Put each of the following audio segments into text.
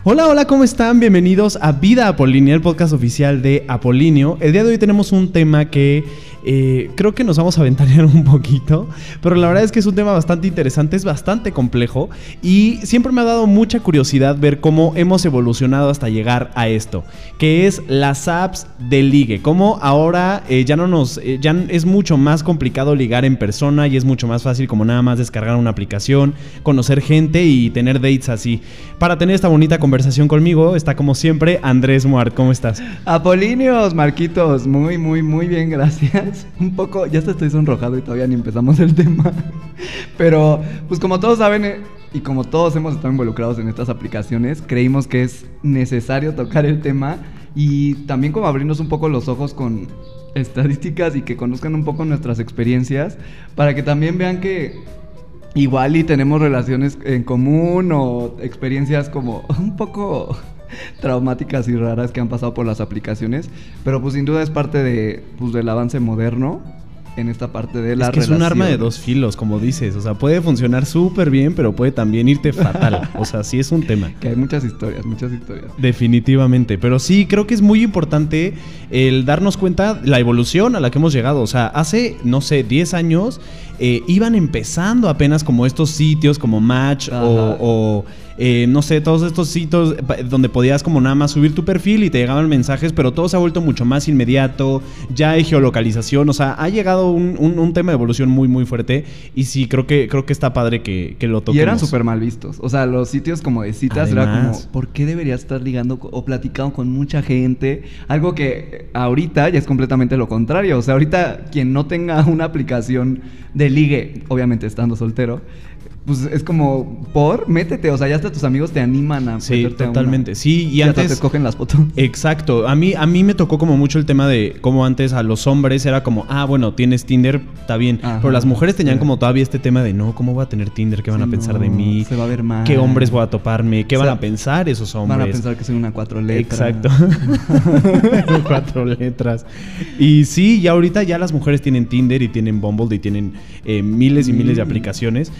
Hola, hola, ¿cómo están? Bienvenidos a Vida Apolínea, el podcast oficial de Apolíneo. El día de hoy tenemos un tema que creo que nos vamos a ventanear un poquito, pero la verdad es que es un tema bastante interesante, es bastante complejo y siempre me ha dado mucha curiosidad ver cómo hemos evolucionado hasta llegar a esto, que es las apps de ligue. Cómo ahora ya es mucho más complicado ligar en persona y es mucho más fácil como nada más descargar una aplicación, conocer gente y tener dates así. Para tener esta bonita conversación conmigo está como siempre Andrés Muart. ¿Cómo estás? Apolíneos, Marquitos, muy bien, gracias. Un poco, ya estoy sonrojado y todavía ni empezamos el tema. Pero, pues como todos saben y como todos hemos estado involucrados en estas aplicaciones, creímos que es necesario tocar el tema y también como abrirnos un poco los ojos con estadísticas y que conozcan un poco nuestras experiencias para que también vean que igual y tenemos relaciones en común o experiencias como un poco traumáticas y raras que han pasado por las aplicaciones, pero pues sin duda es parte del avance moderno en esta parte de la relación. Es que es un arma de dos filos, como dices, o sea, puede funcionar súper bien, pero puede también irte fatal, o sea, sí es un tema. Que hay muchas historias. Definitivamente, pero sí, creo que es muy importante el darnos cuenta la evolución a la que hemos llegado, o sea, hace, no sé, 10 años iban empezando apenas como estos sitios como Match no sé, todos estos sitios donde podías como nada más subir tu perfil y te llegaban mensajes, pero todo se ha vuelto mucho más inmediato, ya hay geolocalización, o sea, ha llegado un tema de evolución muy fuerte y sí, creo que está padre que lo toquemos. Y eran súper mal vistos, o sea, los sitios como de citas además, era como, ¿por qué deberías estar ligando o platicando con mucha gente? Algo que ahorita ya es completamente lo contrario, o sea, ahorita quien no tenga una aplicación de ligue, obviamente estando soltero, pues es como, métete, o sea, ya hasta tus amigos te animan a sí, totalmente, sí, y antes te escogen las fotos. Exacto, a mí me tocó como mucho el tema de cómo antes a los hombres era como, bueno, tienes Tinder, está bien, pero las mujeres tenían como todavía este tema de, no, ¿cómo voy a tener Tinder? ¿Qué van a pensar de mí? Se va a ver mal. ¿Qué hombres voy a toparme? ¿Qué van a pensar esos hombres? Van a pensar que soy una 4 letras. Exacto. 4 letras. Y sí, ya ahorita ya las mujeres tienen Tinder y tienen Bumble y tienen miles y miles de aplicaciones.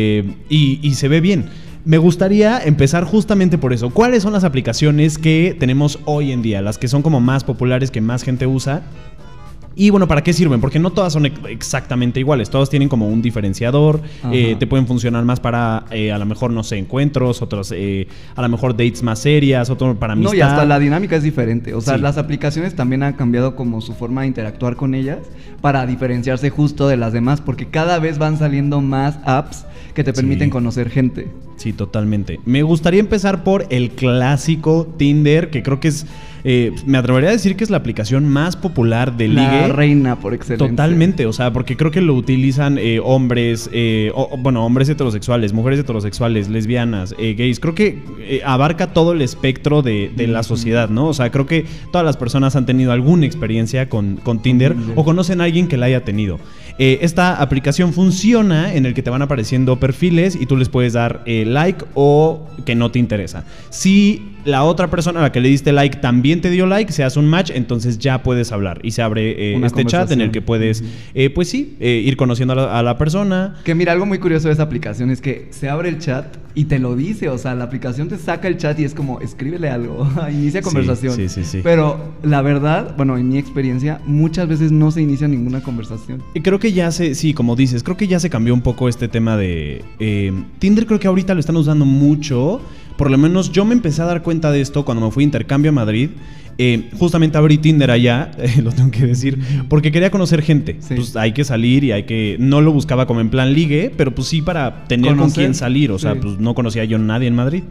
Y se ve bien. Me gustaría empezar justamente por eso. ¿Cuáles son las aplicaciones que tenemos hoy en día? Las que son como más populares, que más gente usa. Y bueno, ¿para qué sirven? Porque no todas son exactamente iguales. Todas tienen como un diferenciador. Te pueden funcionar más para, a lo mejor, no sé, encuentros. Otros, a lo mejor, dates más serias. Otro para amistad. No, y hasta la dinámica es diferente. O sea, sí, las aplicaciones también han cambiado como su forma de interactuar con ellas para diferenciarse justo de las demás. Porque cada vez van saliendo más apps que te permiten conocer gente. Sí, totalmente. Me gustaría empezar por el clásico Tinder, que creo que es... me atrevería a decir que es la aplicación más popular de ligue. La reina por excelencia. Totalmente, o sea, porque creo que lo utilizan hombres, hombres heterosexuales, mujeres heterosexuales, lesbianas, gays. Creo que abarca todo el espectro de la sociedad, ¿no? O sea, creo que todas las personas han tenido alguna experiencia con Tinder o conocen a alguien que la haya tenido. Esta aplicación funciona en el que te van apareciendo perfiles y tú les puedes dar like o que no te interesa. Si la otra persona a la que le diste like también te dio like, se hace un match, entonces ya puedes hablar y se abre este chat en el que puedes, ir conociendo a la persona. Que mira, algo muy curioso de esa aplicación es que se abre el chat y te lo dice, o sea, la aplicación te saca el chat y es como, escríbele algo, inicia conversación. Sí. Pero la verdad, bueno, en mi experiencia, muchas veces no se inicia ninguna conversación. Creo que ya como dices, creo que ya se cambió un poco este tema de... Tinder creo que ahorita lo están usando mucho. Por lo menos yo me empecé a dar cuenta de esto cuando me fui a intercambio a Madrid. Justamente abrí Tinder allá, lo tengo que decir, porque quería conocer gente. Sí. Pues hay que salir y hay que... No lo buscaba como en plan ligue, pero pues sí para tener con quién salir. O sea, pues no conocía yo a nadie en Madrid.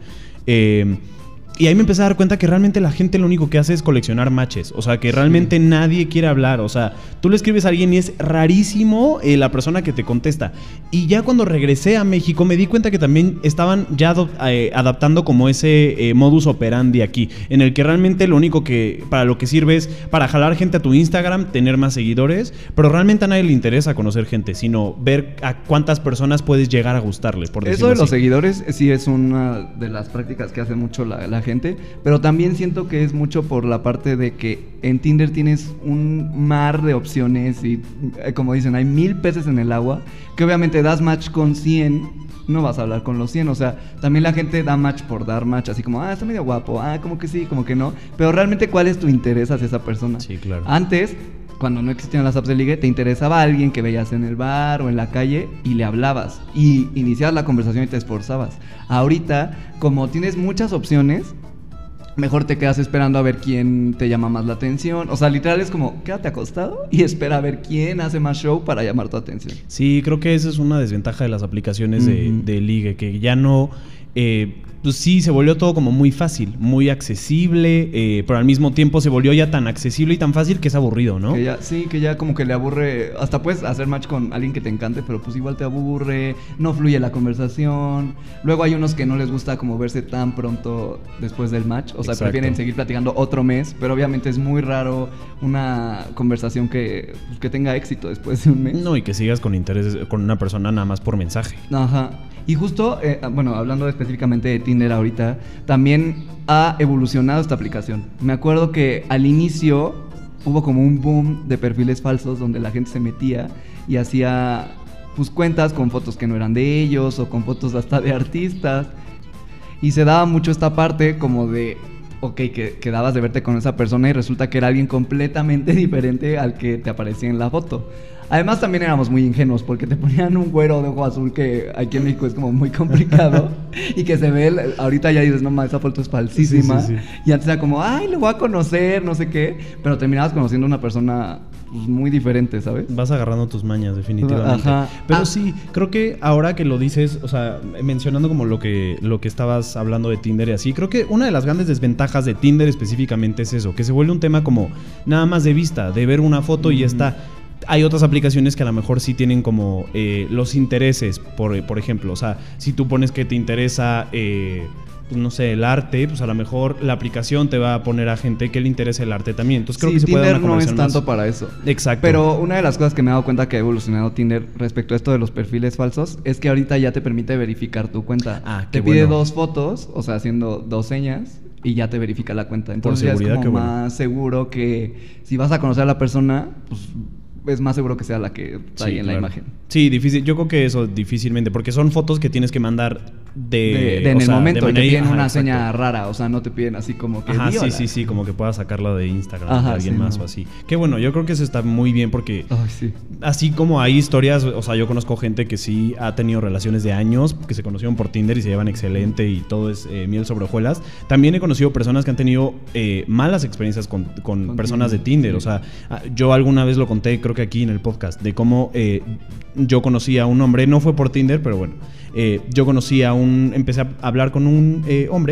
Y ahí me empecé a dar cuenta que realmente la gente lo único que hace es coleccionar matches. O sea, que realmente nadie quiere hablar. O sea, tú le escribes a alguien y es rarísimo la persona que te contesta. Y ya cuando regresé a México me di cuenta que también estaban ya adaptando como ese modus operandi aquí. En el que realmente lo único que para lo que sirve es para jalar gente a tu Instagram, tener más seguidores. Pero realmente a nadie le interesa conocer gente, sino ver a cuántas personas puedes llegar a gustarle, por decirlo así. Eso de los así. Seguidores sí es una de las prácticas que hace mucho la gente, pero también siento que es mucho por la parte de que en Tinder tienes un mar de opciones y como dicen, hay 1000 peces en el agua, que obviamente das match con 100 no vas a hablar con los 100. O sea, también la gente da match por dar match, así como, está medio guapo, como que sí, como que no. Pero realmente, ¿cuál es tu interés hacia esa persona? Sí, claro. Antes, cuando no existían las apps de ligue, te interesaba a alguien que veías en el bar o en la calle y le hablabas y iniciabas la conversación y te esforzabas. Ahorita, como tienes muchas opciones, mejor te quedas esperando a ver quién te llama más la atención. O sea, literal es como, quédate acostado y espera a ver quién hace más show para llamar tu atención. Sí, creo que esa es una desventaja de las aplicaciones de ligue, que ya no... pues sí, se volvió todo como muy fácil, muy accesible, pero al mismo tiempo se volvió ya tan accesible y tan fácil que es aburrido, ¿no? Que ya como que le aburre. Hasta puedes hacer match con alguien que te encante, pero pues igual te aburre, no fluye la conversación. Luego hay unos que no les gusta como verse tan pronto después del match, o sea, Exacto. prefieren seguir platicando otro mes, pero obviamente es muy raro una conversación que tenga éxito después de un mes. No, y que sigas con interés con una persona nada más por mensaje. Ajá. Y justo, bueno, hablando específicamente de Tinder ahorita, también ha evolucionado esta aplicación. Me acuerdo que al inicio hubo como un boom de perfiles falsos donde la gente se metía y hacía pues cuentas con fotos que no eran de ellos o con fotos hasta de artistas. Y se daba mucho esta parte como de, ok, que quedabas de verte con esa persona y resulta que era alguien completamente diferente al que te aparecía en la foto. Además también éramos muy ingenuos porque te ponían un güero de ojo azul que aquí en México es como muy complicado y que se ve, ahorita ya dices, no mames, esa foto es falsísima. Sí. Y antes era como, ay, le voy a conocer, no sé qué, pero terminabas conociendo a una persona pues, muy diferente, ¿sabes? Vas agarrando tus mañas, definitivamente. Ajá. Pero sí, creo que ahora que lo dices, o sea, mencionando como lo que estabas hablando de Tinder y así, creo que una de las grandes desventajas de Tinder específicamente es eso, que se vuelve un tema como nada más de vista, de ver una foto y ya está. Hay otras aplicaciones que a lo mejor sí tienen como los intereses, por ejemplo, o sea, si tú pones que te interesa, pues no sé, el arte, pues a lo mejor la aplicación te va a poner a gente que le interese el arte también. Entonces creo que se Tinder puede dar una no es conversación tanto más... para eso. Exacto. Pero una de las cosas que me he dado cuenta que ha evolucionado Tinder respecto a esto de los perfiles falsos es que ahorita ya te permite verificar tu cuenta. Qué te pide bueno. 2 fotos, o sea, haciendo 2 señas y ya te verifica la cuenta. Entonces ya es seguridad, como qué bueno. más seguro que si vas a conocer a la persona, pues es más seguro que sea la que está ahí en la imagen. Sí, difícil. Yo creo que eso difícilmente, porque son fotos que tienes que mandar en el momento, y te piden una exacto. seña rara, o sea, no te piden así como que viola. Sí, como que puedas sacarla de Instagram de alguien más no. o así. Que bueno, yo creo que eso está muy bien porque Sí. así como hay historias, o sea, yo conozco gente que sí ha tenido relaciones de años, que se conocieron por Tinder y se llevan excelente y todo es miel sobre hojuelas. También he conocido personas que han tenido malas experiencias con personas de Tinder. Sí. O sea, yo alguna vez lo conté, creo que aquí en el podcast, de cómo yo conocí a un hombre, no fue por Tinder, pero bueno, yo empecé a hablar con un hombre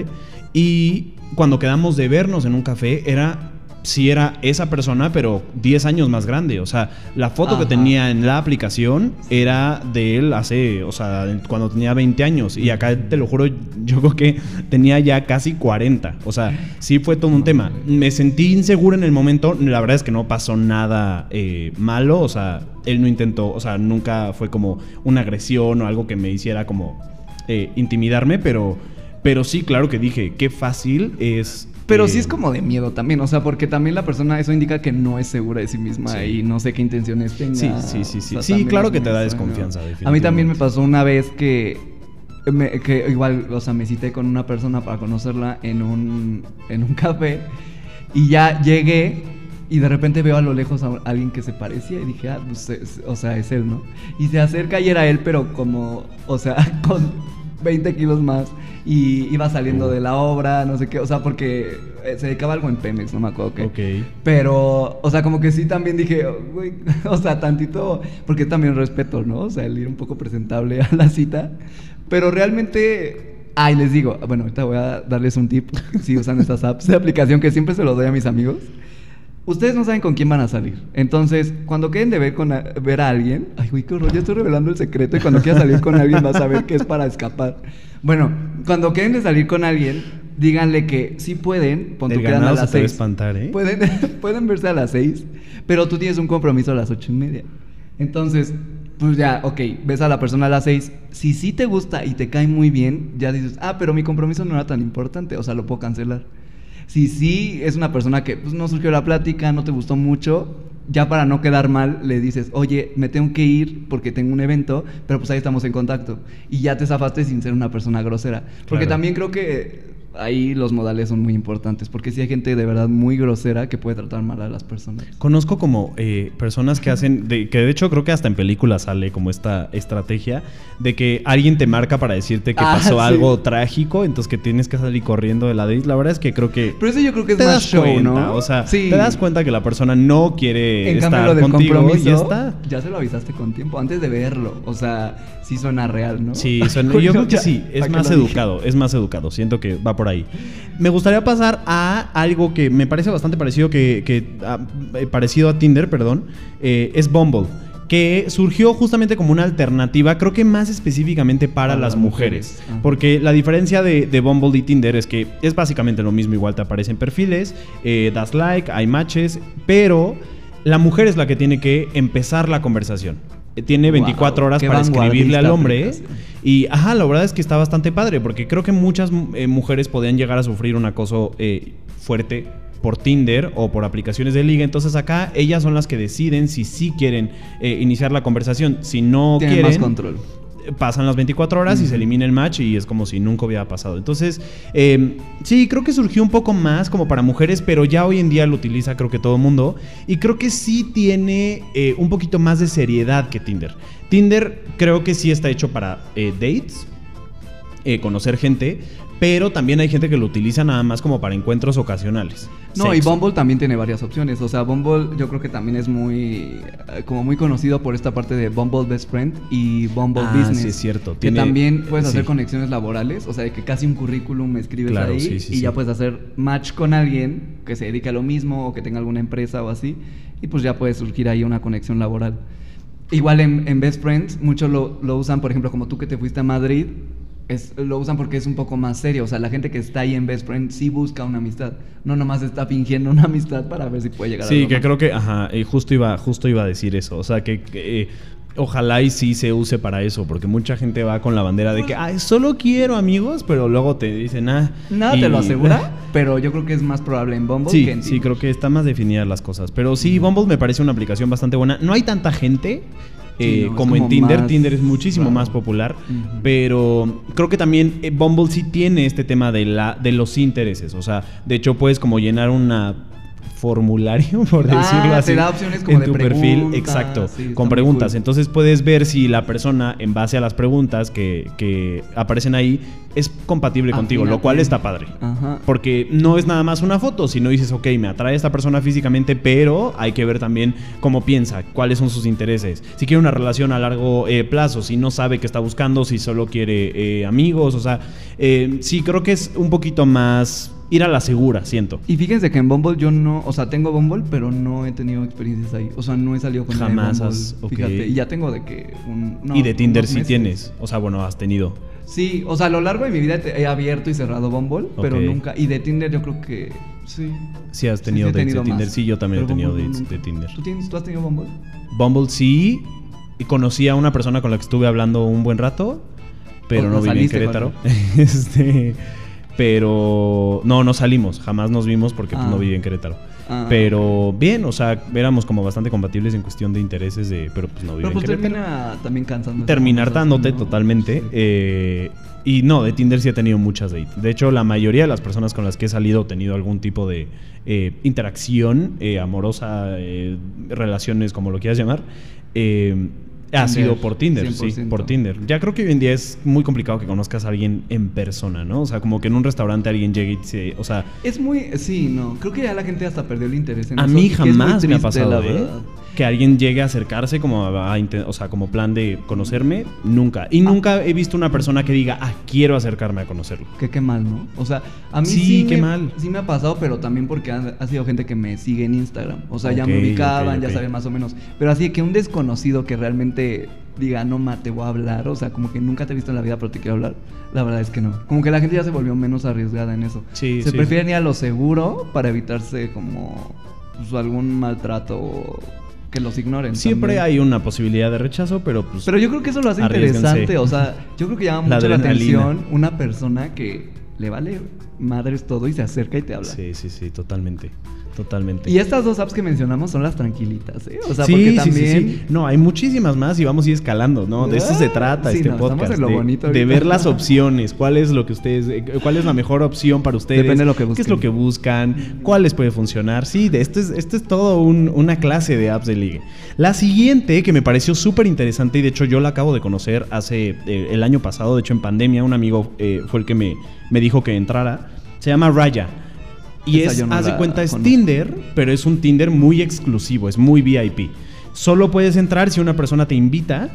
y cuando quedamos de vernos en un café sí era esa persona, pero 10 años más grande. O sea, la foto que tenía en la aplicación era de él cuando tenía 20 años. Y acá, te lo juro, yo creo que tenía ya casi 40. O sea, sí fue todo un tema. Me sentí inseguro en el momento. La verdad es que no pasó nada malo. O sea, él no intentó, o sea, nunca fue como una agresión o algo que me hiciera como intimidarme. Pero sí, claro que dije, qué fácil es... Pero sí es como de miedo también, o sea, porque también la persona, eso indica que no es segura de sí misma y no sé qué intenciones tenga. Sí. O sea, Sí, claro que te da suena. desconfianza, A mí también me pasó una vez que igual, o sea, me cité con una persona para conocerla en un café y ya llegué y de repente veo a lo lejos a alguien que se parecía y dije, pues, o sea, es él, ¿no? Y se acerca y era él, pero como, o sea, con 20 kilos más. Y iba saliendo de la obra, no sé qué, o sea, porque se dedicaba algo en Pemex, no me acuerdo qué. Ok. Pero, o sea, como que sí también dije, güey, o sea, tantito, porque también respeto, ¿no? O sea, el ir un poco presentable a la cita. Pero realmente, les digo, bueno, ahorita voy a darles un tip, si usan estas apps de aplicación que siempre se los doy a mis amigos. Ustedes no saben con quién van a salir. Entonces, cuando queden de ver a alguien... Ay, güey, qué horror, ya estoy revelando el secreto. Y cuando quieras salir con alguien vas a ver que es para escapar. Bueno, cuando queden de salir con alguien, díganle que sí pueden. El ganado se te va a espantar, ¿eh? Pueden verse a las 6, pero tú tienes un compromiso a las 8:30. Entonces, pues ya, ok, ves a la persona a las 6. Si sí te gusta y te cae muy bien, ya dices, pero mi compromiso no era tan importante, o sea, lo puedo cancelar. Si sí es una persona que pues, no surgió la plática, no te gustó mucho, ya para no quedar mal, le dices, oye, me tengo que ir porque tengo un evento, pero pues ahí estamos en contacto. Y ya te zafaste sin ser una persona grosera. Porque Claro. también creo que ahí los modales son muy importantes, porque sí hay gente de verdad muy grosera que puede tratar mal a las personas. Conozco como personas que hacen, que de hecho creo que hasta en películas sale como esta estrategia de que alguien te marca para decirte que pasó sí. algo trágico, entonces que tienes que salir corriendo de la date. La verdad es que creo que Pero eso yo creo que es te más das show, cuenta, ¿no? o sea, sí. te das cuenta que la persona no quiere En estar cambio, lo del contigo compromiso, y ya está. ya se lo avisaste con tiempo, antes de verlo. O sea, sí suena real, ¿no? Sí, yo creo que sí, es más educado, siento que va por ahí. Me gustaría pasar a algo que me parece bastante parecido parecido a Tinder, perdón, es Bumble, que surgió justamente como una alternativa, creo que más específicamente para las mujeres. Porque la diferencia de Bumble y Tinder es que es básicamente lo mismo, igual te aparecen perfiles, das like, hay matches, pero la mujer es la que tiene que empezar la conversación. Tiene 24 horas para escribirle al hombre. Y la verdad es que está bastante padre, porque creo que muchas mujeres podían llegar a sufrir un acoso fuerte por Tinder o por aplicaciones de liga. Entonces acá ellas son las que deciden si sí quieren iniciar la conversación. Si no tienen quieren, más control. Pasan las 24 horas y se elimina el match y es como si nunca hubiera pasado. Entonces, sí, creo que surgió un poco más como para mujeres, pero ya hoy en día lo utiliza creo que todo el mundo. Y creo que sí tiene un poquito más de seriedad que Tinder. Tinder creo que sí está hecho para dates, conocer gente, pero también hay gente que lo utiliza nada más como para encuentros ocasionales. No, Sexo. y Bumble también tiene varias opciones. O sea, Bumble yo creo que también es muy conocido por esta parte de Bumble Best Friend y Bumble Business. Sí, es cierto. Que también puedes hacer sí. conexiones laborales. O sea, de que casi un currículum escribes Claro, ahí sí, y ya puedes hacer match con alguien que se dedique a lo mismo o que tenga alguna empresa o así. Y pues ya puede surgir ahí una conexión laboral. Igual en Best Friends, muchos lo usan, por ejemplo, como tú que te fuiste a Madrid. Lo usan porque es un poco más serio. O sea, la gente que está ahí en Best Friend sí busca una amistad. No nomás está fingiendo una amistad para ver si puede llegar a algo Sí, que más. creo que, justo iba a decir eso. O sea, que ojalá y sí se use para eso, porque mucha gente va con la bandera de que, solo quiero amigos, pero luego te dicen, Nada te lo asegura, pero yo creo que es más probable en Bumble que en Sí, Tinder. creo que está más definidas las cosas. Pero sí, Bumble me parece una aplicación bastante buena. No hay tanta gente como en Tinder. Tinder es muchísimo más popular. Pero creo que también Bumble sí tiene este tema de los intereses. O sea, de hecho puedes como llenar una formulario, por decirlo así, te da opciones como en de tu perfil, preguntas, exacto, sí, con está muy preguntas. cool. Entonces puedes ver si la persona, en base a las preguntas que aparecen ahí, es compatible contigo, lo cual está padre. Ajá. Porque no es nada más una foto, sino dices, ok, me atrae esta persona físicamente, pero hay que ver también cómo piensa, cuáles son sus intereses. Si quiere una relación a largo plazo, si no sabe qué está buscando, si solo quiere amigos, o sea, sí, creo que es un poquito más ir a la segura, siento. Y fíjense que en Bumble yo no, o sea, tengo Bumble, pero no he tenido experiencias ahí. O sea, no he salido con nadie de Jamás Bumble. has, ok. Fíjate, y ya tengo de que Y de Tinder unos sí meses. tienes, o sea, bueno, has tenido. Sí, o sea, a lo largo de mi vida he abierto y cerrado Bumble, pero Ok. nunca. Y de Tinder yo creo que sí. Sí has tenido he dates tenido de Tinder, más. sí, yo también Pero he tenido Bumble dates nunca. de Tinder. ¿Tú has tenido Bumble? Bumble sí, y conocí a una persona con la que estuve hablando un buen rato, pero ¿O no vive en saliste Querétaro. con Pero no salimos, jamás nos vimos porque pues, no vive en Querétaro. Pero bien, o sea, éramos como bastante compatibles en cuestión de intereses, pero pues no vive Pero pues en Querétaro. termina también cansando. Termina esa hartándote conversación, ¿no? totalmente. Y no, de Tinder sí he tenido muchas dates. De hecho, la mayoría de las personas con las que he salido, he tenido algún tipo de interacción amorosa, relaciones, como lo quieras llamar, ha sido por Tinder, 100%. sí, por Tinder. Ya creo que hoy en día es muy complicado que conozcas a alguien en persona, ¿no? O sea, como que en un restaurante alguien llegue y dice, o sea... Es muy... Sí, no. Creo que ya la gente hasta perdió el interés en A eso. mí y que es muy jamás me ha triste, pasado, la verdad. que alguien llegue a acercarse como o sea, como plan de conocerme, nunca. Y nunca he visto una persona que diga, quiero acercarme a conocerlo. Que qué mal, ¿no? O sea, a mí Sí, qué mal. Sí me ha pasado, pero también porque ha sido gente que me sigue en Instagram. O sea, ya Ok, me ubicaban, ok. ya saben más o menos. Pero así que un desconocido que realmente diga, no, te voy a hablar. O sea, como que nunca te he visto en la vida, pero te quiero hablar. La verdad es que no. Como que la gente ya se volvió menos arriesgada en eso. Sí, se sí. prefieren ir a lo seguro para evitarse como pues, algún maltrato o que los ignoren. Siempre también. hay una posibilidad de rechazo, pero pues... Pero yo creo que eso lo hace arriésguense. interesante. O sea, yo creo que llama La mucho la adrenalina. atención una persona que le vale madres todo y se acerca y te habla. Sí, totalmente. Totalmente. Y estas 2 apps que mencionamos son las tranquilitas, ¿eh? O sea, sí, porque también... sí. No, hay muchísimas más y vamos a ir escalando, ¿no? De eso se trata sí, este no, podcast. estamos en lo bonito de ahorita. ver las opciones, cuál es la mejor opción para ustedes. Depende de lo que busquen. ¿Qué es lo que buscan? ¿Cuál les puede funcionar? Sí, esto es todo una clase de apps de ligue. La siguiente, que me pareció súper interesante, y de hecho yo la acabo de conocer hace el año pasado, de hecho en pandemia, un amigo fue el que me dijo que entrara, se llama Raya. Y haz de cuenta, es Tinder, pero es un Tinder muy exclusivo, es muy VIP. Solo puedes entrar si una persona te invita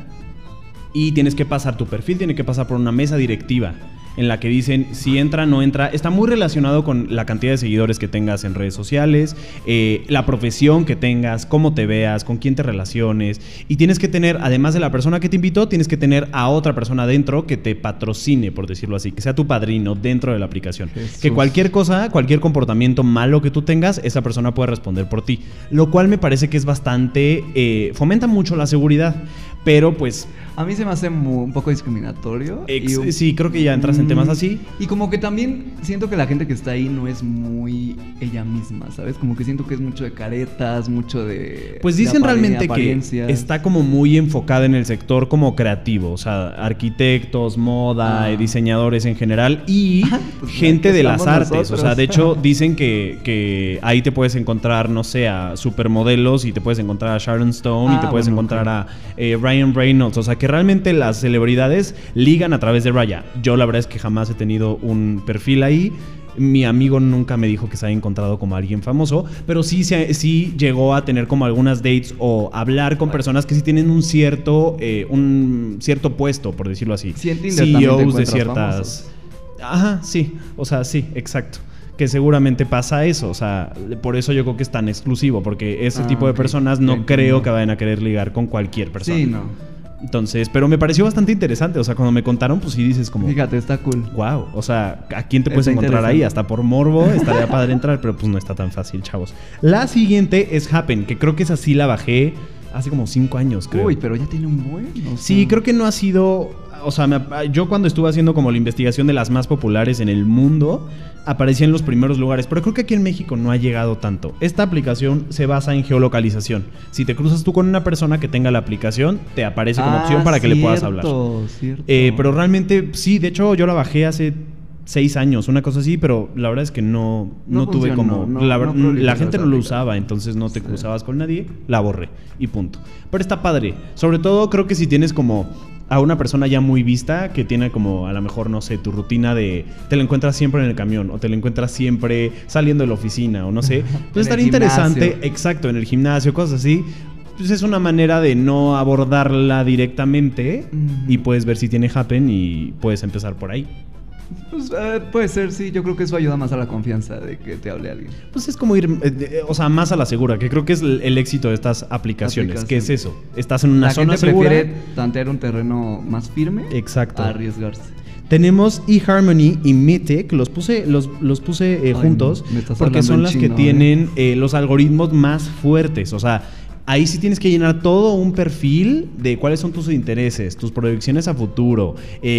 y tienes que pasar tu perfil, tiene que pasar por una mesa directiva en la que dicen si entra, no entra. Está muy relacionado con la cantidad de seguidores que tengas en redes sociales, la profesión que tengas, cómo te veas, con quién te relaciones. Y tienes que tener, además de la persona que te invitó, tienes que tener a otra persona dentro que te patrocine, por decirlo así, que sea tu padrino dentro de la aplicación. Jesús. Que cualquier cosa, cualquier comportamiento malo que tú tengas, esa persona puede responder por ti. Lo cual me parece que es bastante... fomenta mucho la seguridad, pero pues... A mí se me hace un poco discriminatorio. Sí, creo que ya entras en temas así. Y como que también siento que la gente que está ahí no es muy ella misma, ¿sabes? Como que siento que es mucho de caretas, mucho de... Pues dicen realmente que está como muy enfocada en el sector como creativo. O sea, arquitectos, moda, diseñadores en general y pues gente de las artes. Nosotros. O sea, de hecho dicen que ahí te puedes encontrar, no sé, a supermodelos y te puedes encontrar a Sharon Stone y te puedes encontrar a Ryan Reynolds. O sea, que realmente las celebridades ligan a través de Raya. Yo la verdad es que jamás he tenido un perfil ahí. Mi amigo nunca me dijo que se haya encontrado como alguien famoso, pero sí llegó a tener como algunas dates o hablar con personas que sí tienen un cierto puesto, por decirlo así. Sí, en Tinder CEOs de ciertas... Famosos. Ajá, sí. O sea, sí, exacto. Que seguramente pasa eso, o sea, por eso yo creo que es tan exclusivo, porque ese tipo de personas no creo que vayan a querer ligar con cualquier persona. Sí, no. Entonces, pero me pareció bastante interesante, o sea, cuando me contaron, pues sí dices como... Fíjate, está cool. Wow, o sea, ¿a quién te puedes encontrar ahí? Hasta por morbo, estaría padre entrar, pero pues no está tan fácil, chavos. La siguiente es Happen, que creo que esa sí la bajé hace como 5 años, creo. Uy, pero ya tiene un buen... O sea... Sí, creo que no ha sido... O sea, yo cuando estuve haciendo como la investigación de las más populares en el mundo, aparecía en los primeros lugares, pero creo que aquí en México no ha llegado tanto. Esta aplicación se basa en geolocalización. Si te cruzas tú con una persona que tenga la aplicación, te aparece como opción para que le puedas hablar. Cierto. Pero realmente, sí, de hecho yo la bajé hace 6 años, una cosa así, pero la verdad es que no tuve como... la gente no lo usaba, entonces no te cruzabas con nadie, la borré y punto. Pero está padre. Sobre todo creo que si tienes como... a una persona ya muy vista que tiene como a lo mejor, no sé, tu rutina de te la encuentras siempre en el camión o te la encuentras siempre saliendo de la oficina o no sé, pues estaría interesante, exacto, en el gimnasio, cosas así. Pues es una manera de no abordarla directamente y puedes ver si tiene Happen y puedes empezar por ahí. Pues puede ser, sí. Yo creo que eso ayuda más a la confianza de que te hable alguien. Pues es como ir, o sea, más a la segura, que creo que es el éxito de estas aplicaciones. ¿Qué es eso? Estás en una zona segura. La gente prefiere tantear un terreno más firme. Exacto. A arriesgarse. Tenemos eHarmony y Mythic, los puse juntos porque son las que tienen los algoritmos más fuertes, o sea... Ahí sí tienes que llenar todo un perfil de cuáles son tus intereses, tus proyecciones a futuro,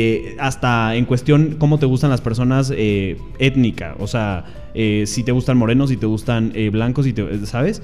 hasta en cuestión cómo te gustan las personas étnica, o sea, si te gustan morenos, si te gustan blancos, ¿sabes?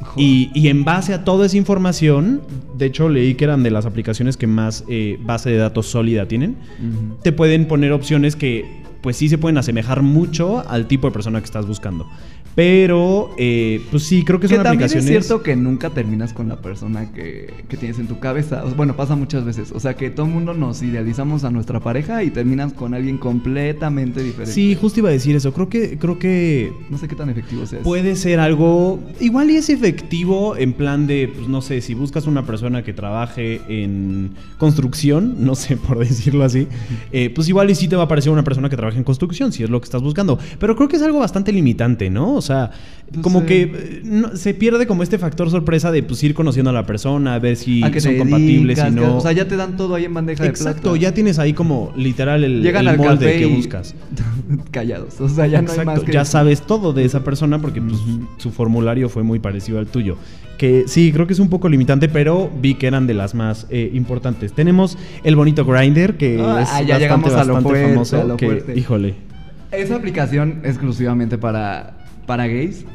Y en base a toda esa información, de hecho leí que eran de las aplicaciones que más base de datos sólida tienen, te pueden poner opciones que pues sí se pueden asemejar mucho al tipo de persona que estás buscando. Pero, pues sí, creo que son aplicaciones... Que también es cierto que nunca terminas con la persona que tienes en tu cabeza. Bueno, pasa muchas veces. O sea, que todo el mundo nos idealizamos a nuestra pareja y terminas con alguien completamente diferente. Sí, justo iba a decir eso. Creo que... No sé qué tan efectivo sea. Puede ser algo... Igual y es efectivo en plan de, pues no sé, si buscas una persona que trabaje en construcción, no sé, por decirlo así, pues igual y sí te va a aparecer una persona que trabaje en construcción, si es lo que estás buscando. Pero creo que es algo bastante limitante, ¿no? O sea, como que se pierde como este factor sorpresa de pues ir conociendo a la persona, a ver si son compatibles, si no. O sea, ya te dan todo ahí en bandeja de plata. Exacto, ya tienes ahí como literal el molde que buscas. Callados, o sea, ya no hay más que... Ya sabes todo de esa persona porque pues, su formulario fue muy parecido al tuyo. Que sí, creo que es un poco limitante, pero vi que eran de las más importantes. Tenemos el bonito Grindr, que es ya llegamos a lo fuerte, famoso. A lo fuerte. Híjole. Esa aplicación exclusivamente para gays,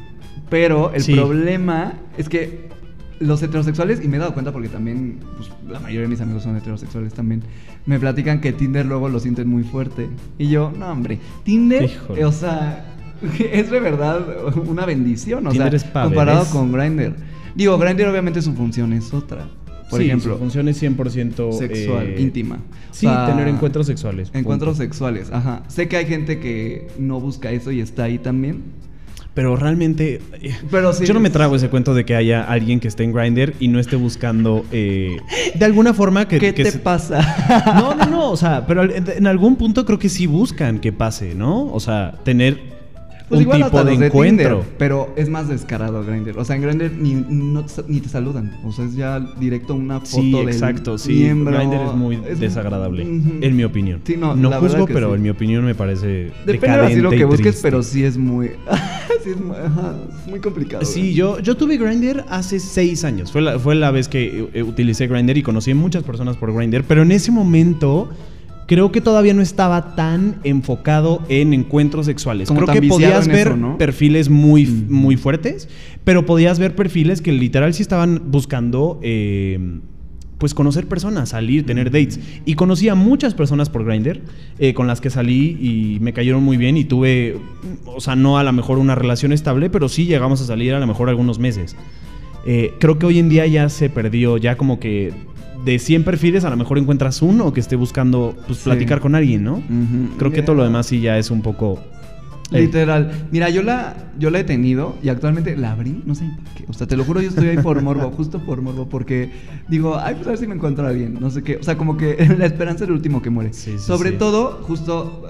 Pero el Sí. problema es que los heterosexuales, y me he dado cuenta porque también pues, la mayoría de mis amigos son heterosexuales también, me platican que Tinder luego lo sienten muy fuerte. Y yo, no hombre, Tinder, Híjole. o sea, es de verdad una bendición, o Tinder sea, es pa' comparado bebés. con Grindr. Digo, Grindr obviamente su función es otra. Por Sí, ejemplo, su función es 100% sexual, íntima. Sí, O sea, tener encuentros sexuales. Encuentros punto. sexuales, ajá. Sé que hay gente que no busca eso y está ahí también. Pero realmente, Pero sí, yo no me trago ese cuento de que haya alguien que esté en Grindr y no esté buscando de alguna forma que... ¿Qué que te se- pasa? No, o sea, pero en algún punto creo que sí buscan que pase, ¿no? O sea, tener Pues un igual tipo hasta de los encuentro. Tinder, pero es más descarado Grindr. O sea, en Grindr ni te saludan. O sea, es ya directo una foto Sí, del exacto, sí. miembro. Grindr es muy desagradable, Ujú. en mi opinión. Sí, no, no la verdad juzgo, que pero sí. en mi opinión me parece Depende de así lo decadente que y busques, triste. pero sí es muy... sí es muy, ajá, es muy complicado. Sí, yo tuve Grindr hace 6 años. Fue la vez que utilicé Grindr y conocí a muchas personas por Grindr, pero en ese momento creo que todavía no estaba tan enfocado en encuentros sexuales. Como Creo tan que viciado podías en ver eso, ¿no? perfiles muy fuertes, pero podías ver perfiles que literal sí estaban buscando pues conocer personas, salir, tener dates. Y conocí a muchas personas por Grindr con las que salí y me cayeron muy bien y tuve, o sea, no a lo mejor una relación estable, pero sí llegamos a salir a lo mejor algunos meses. Creo que hoy en día ya se perdió, ya como que de 100 perfiles a lo mejor encuentras uno que esté buscando pues, Sí. platicar con alguien, ¿no? Ujú. Creo que todo lo demás sí ya es un poco... Literal. Mira, yo la he tenido y actualmente la abrí, no sé por qué. O sea, te lo juro, yo estoy ahí por morbo, justo por morbo, porque digo, ay, pues a ver si me encuentro a alguien, no sé qué. O sea, como que la esperanza es el último que muere. Sí, sí, Sobre sí. todo, justo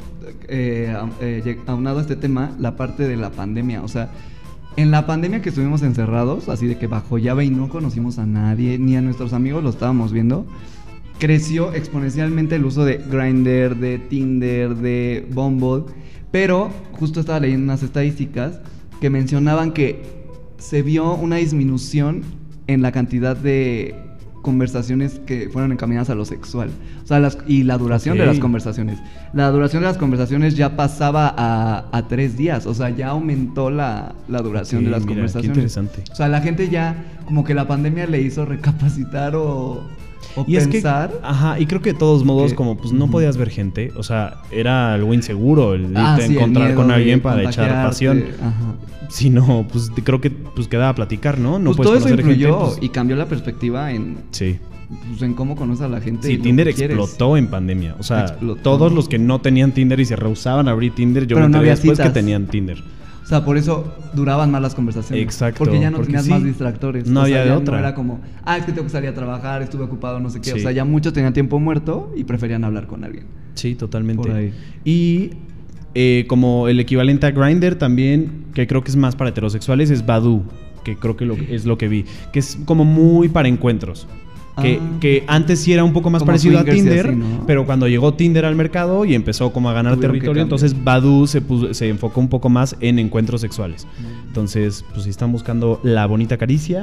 aunado a este tema, la parte de la pandemia. O sea, en la pandemia que estuvimos encerrados, así de que bajo llave y no conocimos a nadie, ni a nuestros amigos lo estábamos viendo, creció exponencialmente el uso de Grindr, de Tinder, de Bumble. Pero justo estaba leyendo unas estadísticas que mencionaban que se vio una disminución en la cantidad de conversaciones que fueron encaminadas a lo sexual. O sea, y la duración de Ok. las conversaciones. La duración de las conversaciones ya pasaba a 3 días. O sea, ya aumentó la duración Ok, de las mira, qué conversaciones. interesante. O sea, la gente ya, como que la pandemia le hizo recapacitar o Y es que, pensar. ajá, y creo que de todos modos, que- como pues no Ujú. podías ver gente, o sea, era algo inseguro el irte a Sí, el encontrar miedo con de alguien para echar contagiarte, pasión. Ajá. Si no, pues creo que pues quedaba a platicar, ¿no? No Pues puedes todo eso conocer influyó gente. Pues, y cambió la perspectiva en, sí. pues, en cómo conoces a la gente. y Sí, lo Tinder que quieres. explotó en pandemia. O sea, Explotó. todos los que no tenían Tinder y se rehusaban a abrir Tinder, yo Pero me no enteré había después citas. que tenían Tinder. O sea, por eso duraban más las conversaciones. Exacto, Porque ya no porque tenías sí, más distractores. no O sea, había de ya otra. No era como, es que tengo que salir a trabajar, estuve ocupado, no sé qué. Sí. O sea, ya muchos tenían tiempo muerto y preferían hablar con alguien. Sí, totalmente. Por ahí. Y como el equivalente a Grindr también, que creo que es más para heterosexuales, es Badoo, que creo que es lo que vi, que es como muy para encuentros. Que antes sí era un poco más Como parecido a swingers y Tinder, así, ¿no? pero cuando llegó Tinder al mercado y empezó como a ganar Tuvieron que territorio, cambiar. entonces Badoo se enfocó un poco más en encuentros sexuales. Entonces, pues si están buscando la bonita caricia,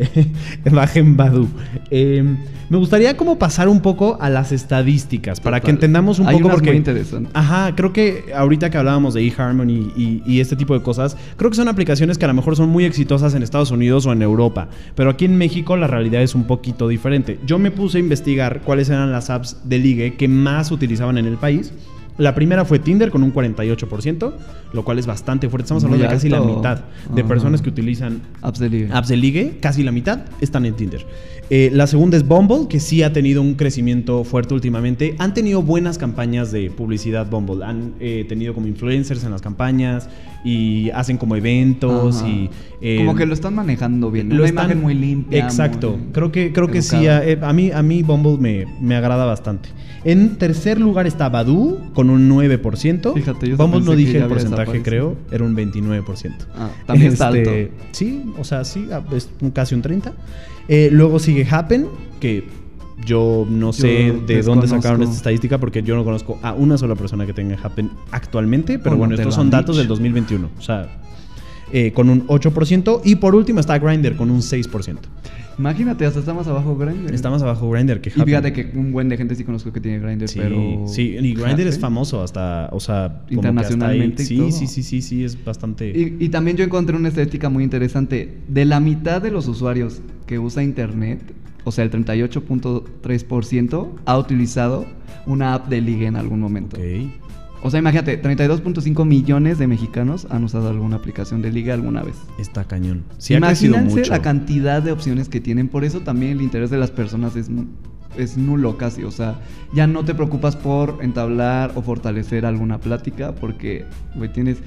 bajen Badoo. Me gustaría como pasar un poco a las estadísticas, para que Total. entendamos un Hay poco unas porque... muy interesantes. Ajá, creo que ahorita que hablábamos de eHarmony y este tipo de cosas, creo que son aplicaciones que a lo mejor son muy exitosas en Estados Unidos o en Europa, pero aquí en México la realidad es un poquito diferente. Yo me puse a investigar cuáles eran las apps de ligue que más utilizaban en el país. La primera fue Tinder con un 48%, lo cual es bastante fuerte. Estamos Muy hablando de casi la alto. mitad de Ajá. personas que utilizan Apps de ligue. apps de ligue, casi la mitad están en Tinder. La segunda es Bumble, que sí ha tenido un crecimiento fuerte últimamente. Han tenido buenas campañas de publicidad Bumble. Han tenido como influencers en las campañas y hacen como eventos Ajá. y... Como que lo están manejando bien. Una imagen muy limpia. Exacto. muy Creo que sí. educada. A mí Bumble me agrada bastante. En tercer lugar está Badoo con un 9%. Fíjate, yo Bumble no pensé que dije ya el había porcentaje, desaparecido. creo. Era un 29%. También está alto. Sí, o sea, sí, es casi un 30%. Luego sigue Happen, que yo no sé Yo de dónde sacaron desconozco. esta estadística porque yo no conozco a una sola persona que tenga Happen actualmente, pero Bueno, bueno, te estos lo son han datos dicho. del 2021, o sea, con un 8%. Y por último está Grindr con un 6%. Imagínate, hasta está más abajo Grindr. Está más abajo Grindr que Y fíjate que un buen de gente sí conozco que tiene Grindr, sí, pero... Sí, y Grindr es famoso hasta, o sea... internacionalmente y todo. Sí, es bastante... Y también yo encontré una estadística muy interesante. De la mitad de los usuarios que usa internet, o sea, el 38.3% ha utilizado una app de ligue en algún momento. Ok. O sea, imagínate, 32.5 millones de mexicanos han usado alguna aplicación de ligue alguna vez. Está cañón. Sí, ha crecido mucho. La cantidad de opciones que tienen. Por eso también el interés de las personas es nulo casi. O sea, ya no te preocupas por entablar o fortalecer alguna plática porque, güey, tienes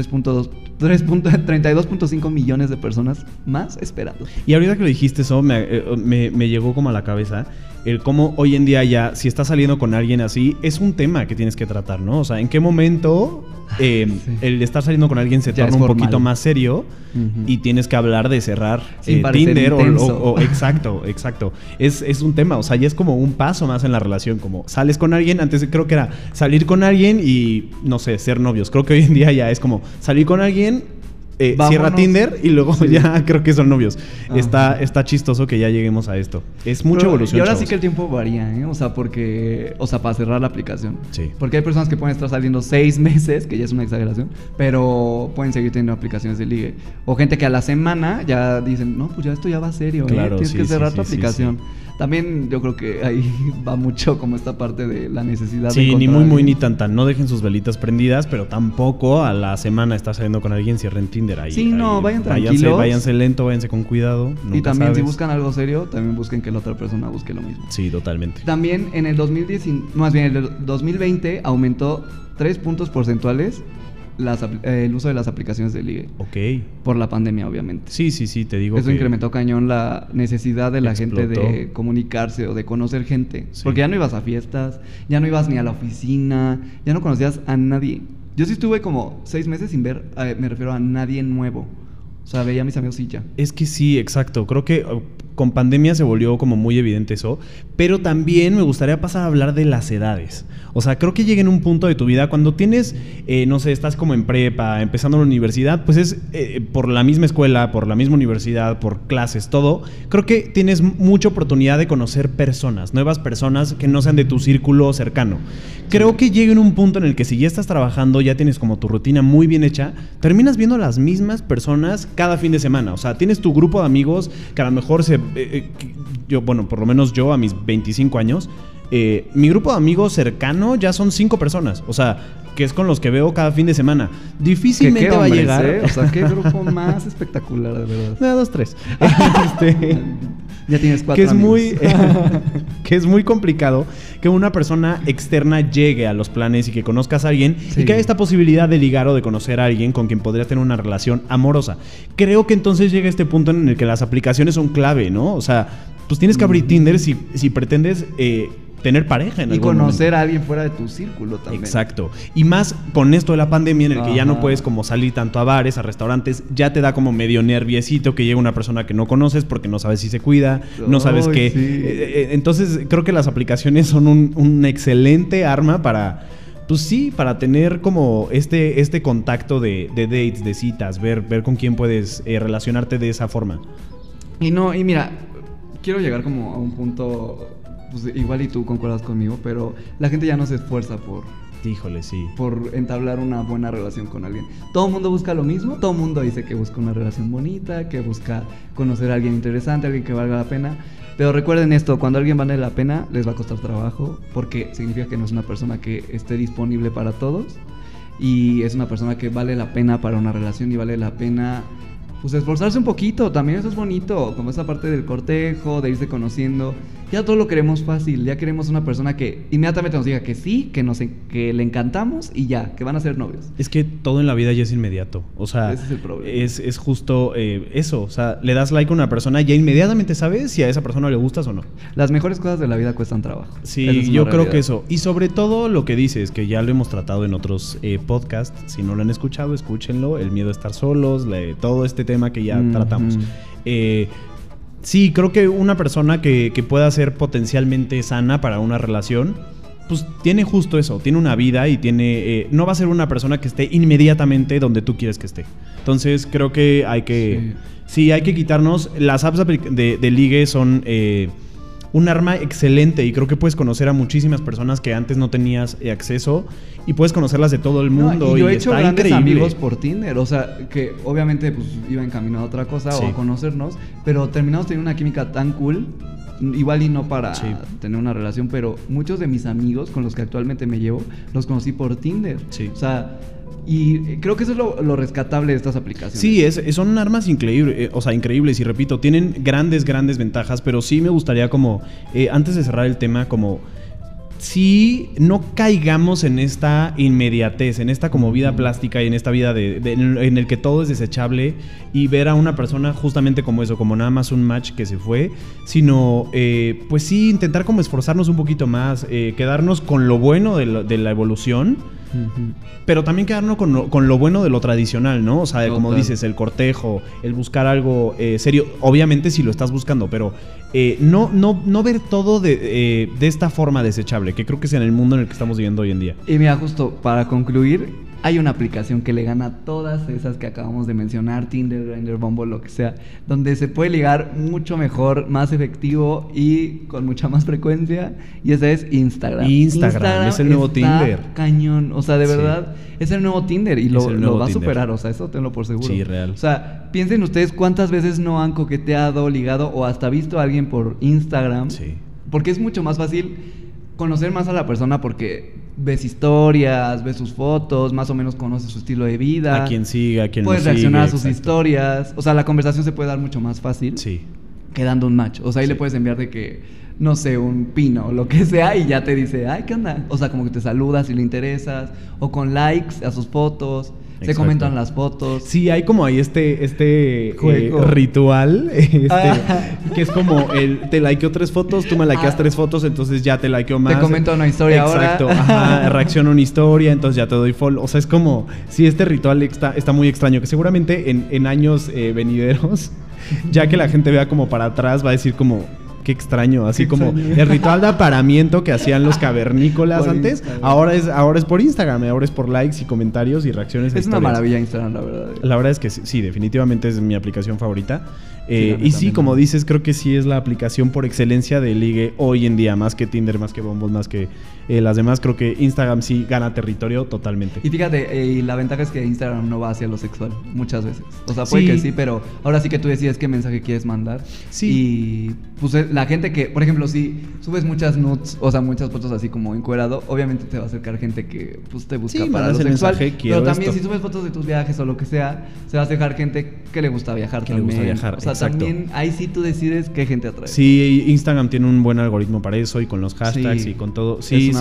32.5 millones de personas más esperando. Y ahorita que lo dijiste eso, me llegó como a la cabeza el cómo hoy en día ya, si estás saliendo con alguien así, es un tema que tienes que tratar, ¿no? O sea, ¿en qué momento sí. el estar saliendo con alguien se torna un poquito más serio y tienes que hablar de cerrar Tinder o exacto. Es un tema, o sea, ya es como un paso más en la relación, como sales con alguien, antes creo que era salir con alguien y, no sé, ser novios. Creo que hoy en día ya es como salir con alguien, cierra Tinder y luego ya creo que son novios. Está chistoso que ya lleguemos a esto. Es mucha evolución. Y ahora chavos. sí que el tiempo varía, ¿eh? O sea, para cerrar la aplicación. Sí. Porque hay personas que pueden estar saliendo 6 meses, que ya es una exageración, pero pueden seguir teniendo aplicaciones de ligue. O gente que a la semana ya dicen, no, pues ya esto ya va serio, claro, tienes que cerrar tu aplicación. Sí. También yo creo que ahí va mucho como esta parte de la necesidad de Sí, ni muy ni tan. No dejen sus velitas prendidas, pero tampoco a la semana estar saliendo con alguien, cierren Tinder ahí. Sí, no, vayan tranquilos. Váyanse lento, váyanse con cuidado. Y también si buscan algo serio, también busquen que la otra persona busque lo mismo. Sí, totalmente. También en el 2020 aumentó 3 puntos porcentuales el uso de las aplicaciones de ligue. Ok. Por la pandemia, obviamente. Sí, te digo. Eso incrementó cañón la necesidad de la explotó. gente de comunicarse o de conocer gente. Sí. Porque ya no ibas a fiestas, ya no ibas ni a la oficina, ya no conocías a nadie. Yo sí estuve como 6 meses sin ver, me refiero a nadie nuevo. O sea, veía a mis amigos y ya. Es que sí, exacto. Creo que con pandemia se volvió como muy evidente eso. Pero también me gustaría pasar a hablar de las edades. O sea, creo que llega en un punto de tu vida cuando tienes, no sé, estás como en prepa, empezando la universidad, pues es por la misma escuela, por la misma universidad, por clases, todo. Creo que tienes mucha oportunidad de conocer personas, nuevas personas que no sean de tu círculo cercano. Creo que llega en un punto en el que si ya estás trabajando, ya tienes como tu rutina muy bien hecha, terminas viendo a las mismas personas cada fin de semana. O sea, tienes tu grupo de amigos que a lo mejor yo, bueno, por lo menos yo a mis 25 años, mi grupo de amigos cercano ya son 5 personas. O sea, que es con los que veo cada fin de semana. Difícilmente va a llegar. O sea, qué grupo más espectacular, de verdad. 2, 3. Ya tienes 4 amigos. Que es muy complicado que una persona externa llegue a los planes y que conozcas a alguien y que haya esta posibilidad de ligar o de conocer a alguien con quien podrías tener una relación amorosa. Creo que entonces llega este punto en el que las aplicaciones son clave, ¿no? O sea, pues tienes que abrir Tinder si pretendes tener pareja en algún momento. Y conocer a alguien fuera de tu círculo también. Exacto. Y más con esto de la pandemia en el que ya no puedes como salir tanto a bares, a restaurantes, ya te da como medio nerviecito que llegue una persona que no conoces porque no sabes si se cuida, no sabes qué. Sí. Entonces creo que las aplicaciones son un excelente arma para... Pues sí, para tener como este contacto de dates, de citas, ver con quién puedes relacionarte de esa forma. Y mira, quiero llegar como a un punto... Pues igual y tú concuerdas conmigo, pero la gente ya no se esfuerza por entablar una buena relación con alguien. Todo el mundo busca lo mismo, todo el mundo dice que busca una relación bonita, que busca conocer a alguien interesante, alguien que valga la pena. Pero recuerden esto, cuando alguien vale la pena, les va a costar trabajo, porque significa que no es una persona que esté disponible para todos, y es una persona que vale la pena para una relación y vale la pena... Pues esforzarse un poquito, también eso es bonito, como esa parte del cortejo, de irse conociendo. Ya todo lo queremos fácil, ya queremos una persona que inmediatamente nos diga que sí, que le encantamos y ya, que van a ser novios. Es que todo en la vida ya es inmediato, o sea, ese es el problema. Es justo eso, o sea, le das like a una persona y ya inmediatamente sabes si a esa persona le gustas o no. Las mejores cosas de la vida cuestan trabajo. Sí, yo creo que eso, y sobre todo lo que dices, que ya lo hemos tratado en otros podcasts, si no lo han escuchado, escúchenlo, el miedo a estar solos, todo este tema que ya tratamos. Sí, creo que una persona que pueda ser potencialmente sana para una relación pues tiene justo eso, tiene una vida y tiene... no va a ser una persona que esté inmediatamente donde tú quieres que esté. Entonces creo que hay que... Sí, hay que quitarnos... Las apps de ligue son... un arma excelente y creo que puedes conocer a muchísimas personas que antes no tenías acceso y puedes conocerlas de todo el mundo. No, y yo he hecho grandes increíble. amigos por Tinder, o sea, que obviamente pues iba encaminado a otra cosa o a conocernos, pero terminamos teniendo una química tan cool, igual y no para tener una relación, pero muchos de mis amigos con los que actualmente me llevo, los conocí por Tinder. O sea... Y creo que eso es lo rescatable de estas aplicaciones. Sí, son armas increíbles y repito, tienen grandes ventajas, pero sí me gustaría como, antes de cerrar el tema, como sí no caigamos en esta inmediatez, en esta como vida plástica y en esta vida en el que todo es desechable y ver a una persona justamente como eso, como nada más un match que se fue, sino pues sí intentar como esforzarnos un poquito más, quedarnos con lo bueno de la evolución. Pero también quedarnos con lo bueno de lo tradicional, ¿no? O sea, como dices, el cortejo, el buscar algo serio. Obviamente si lo estás buscando, pero no ver todo de esta forma desechable, que creo que es en el mundo en el que estamos viviendo hoy en día. Y mira, justo para concluir, hay una aplicación que le gana a todas esas que acabamos de mencionar, Tinder, Grindr, Bumble, lo que sea, donde se puede ligar mucho mejor, más efectivo y con mucha más frecuencia, y esa es Instagram. Instagram es el nuevo Tinder. Cañón, o sea, de verdad, es el nuevo Tinder y lo va a Tinder. Superar, o sea, eso tenlo por seguro. Sí, real. O sea, piensen ustedes cuántas veces no han coqueteado, ligado o hasta visto a alguien por Instagram. Sí. Porque es mucho más fácil conocer más a la persona porque ves historias, ves sus fotos, más o menos conoces su estilo de vida. A quién sigue, a quién no sigue. Puedes reaccionar a sus historias. O sea, la conversación se puede dar mucho más fácil. Sí. Que dando un match. O sea, ahí le puedes enviar de que, no sé, un pino o lo que sea y ya te dice, ay, ¿qué onda? O sea, como que te saludas si le interesas. O con likes a sus fotos. Se comentan las fotos. Sí, hay como ahí este ritual que es como te likeo 3 fotos, tú me likeas 3 fotos, entonces ya te likeo más. Te comento una historia ahora. Exacto, reacciono a una historia, entonces ya te doy follow. O sea, es como, sí, este ritual está muy extraño, que seguramente en años venideros, ya que la gente vea como para atrás, va a decir como... Qué extraño, así como el ritual de aparamiento que hacían los cavernícolas antes, ahora es por Instagram, ahora es por likes y comentarios y reacciones. Es una maravilla Instagram, la verdad. La verdad es que sí, definitivamente es mi aplicación favorita. Y sí, como dices, creo que sí es la aplicación por excelencia de ligue hoy en día, más que Tinder, más que Bumble, más que las demás. Creo que Instagram sí gana territorio totalmente. Y fíjate, y la ventaja es que Instagram no va hacia lo sexual muchas veces. O sea, puede que sí, pero ahora sí que tú decides qué mensaje quieres mandar. Sí. Y pues la gente que, por ejemplo, si subes muchas nudes, o sea, muchas fotos así como encuerado, obviamente te va a acercar gente que pues te busca para lo sexual. Pero también si subes fotos de tus viajes o lo que sea, se va a acercar gente que le gusta viajar también. Le gusta viajar, o sea, también ahí sí tú decides qué gente atrae. Sí, Instagram tiene un buen algoritmo para eso y con los hashtags y con todo. Sí,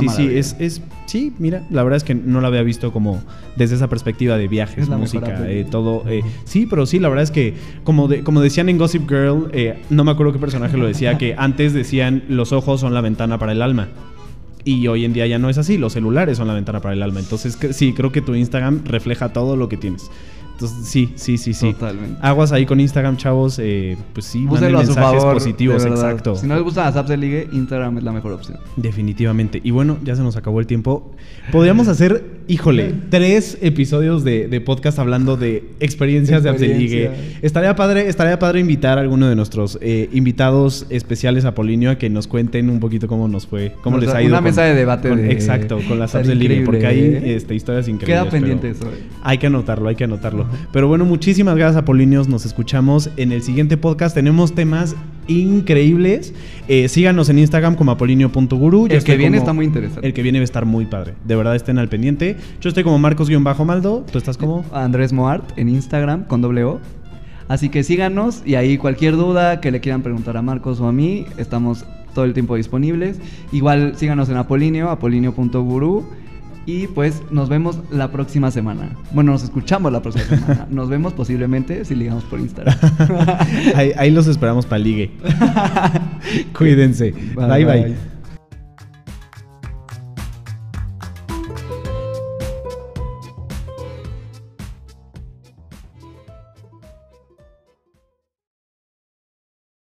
sí, mira, la verdad es que no la había visto como desde esa perspectiva de viajes, música, todo. Sí, pero sí, la verdad es que como decían en Gossip Girl, no me acuerdo qué personaje lo decía, que antes decían los ojos son la ventana para el alma. Y hoy en día ya no es así, los celulares son la ventana para el alma. Entonces sí, creo que tu Instagram refleja todo lo que tienes. Entonces sí. Totalmente. Aguas ahí con Instagram, chavos. Pues sí, manden mensajes positivos, exacto. Si no les gustan las apps de ligue, Instagram es la mejor opción. Definitivamente. Y bueno, ya se nos acabó el tiempo. Podríamos hacer, 3 episodios de podcast hablando de experiencias de apps de ligue. Estaría padre invitar a alguno de nuestros invitados especiales a Polinio a que nos cuenten un poquito cómo nos fue, cómo les ha ido. Una mesa de debate. Exacto, con las apps de ligue, porque hay historias increíbles. Queda pendiente eso. Hay que anotarlo. Pero bueno, muchísimas gracias, Apolinios. Nos escuchamos en el siguiente podcast. Tenemos temas increíbles. Síganos en Instagram como apolinio.guru. El que viene está muy interesante. El que viene va a estar muy padre. De verdad, estén al pendiente. Yo estoy como Marcos-Maldo. ¿Tú estás como? Andrés Moart en Instagram con .o. Así que síganos y ahí cualquier duda que le quieran preguntar a Marcos o a mí, estamos todo el tiempo disponibles. Igual síganos en apolinio.guru. Y pues nos vemos la próxima semana. Bueno, nos escuchamos la próxima semana. Nos vemos posiblemente si ligamos por Instagram. Ahí los esperamos para ligue. Cuídense. Bye.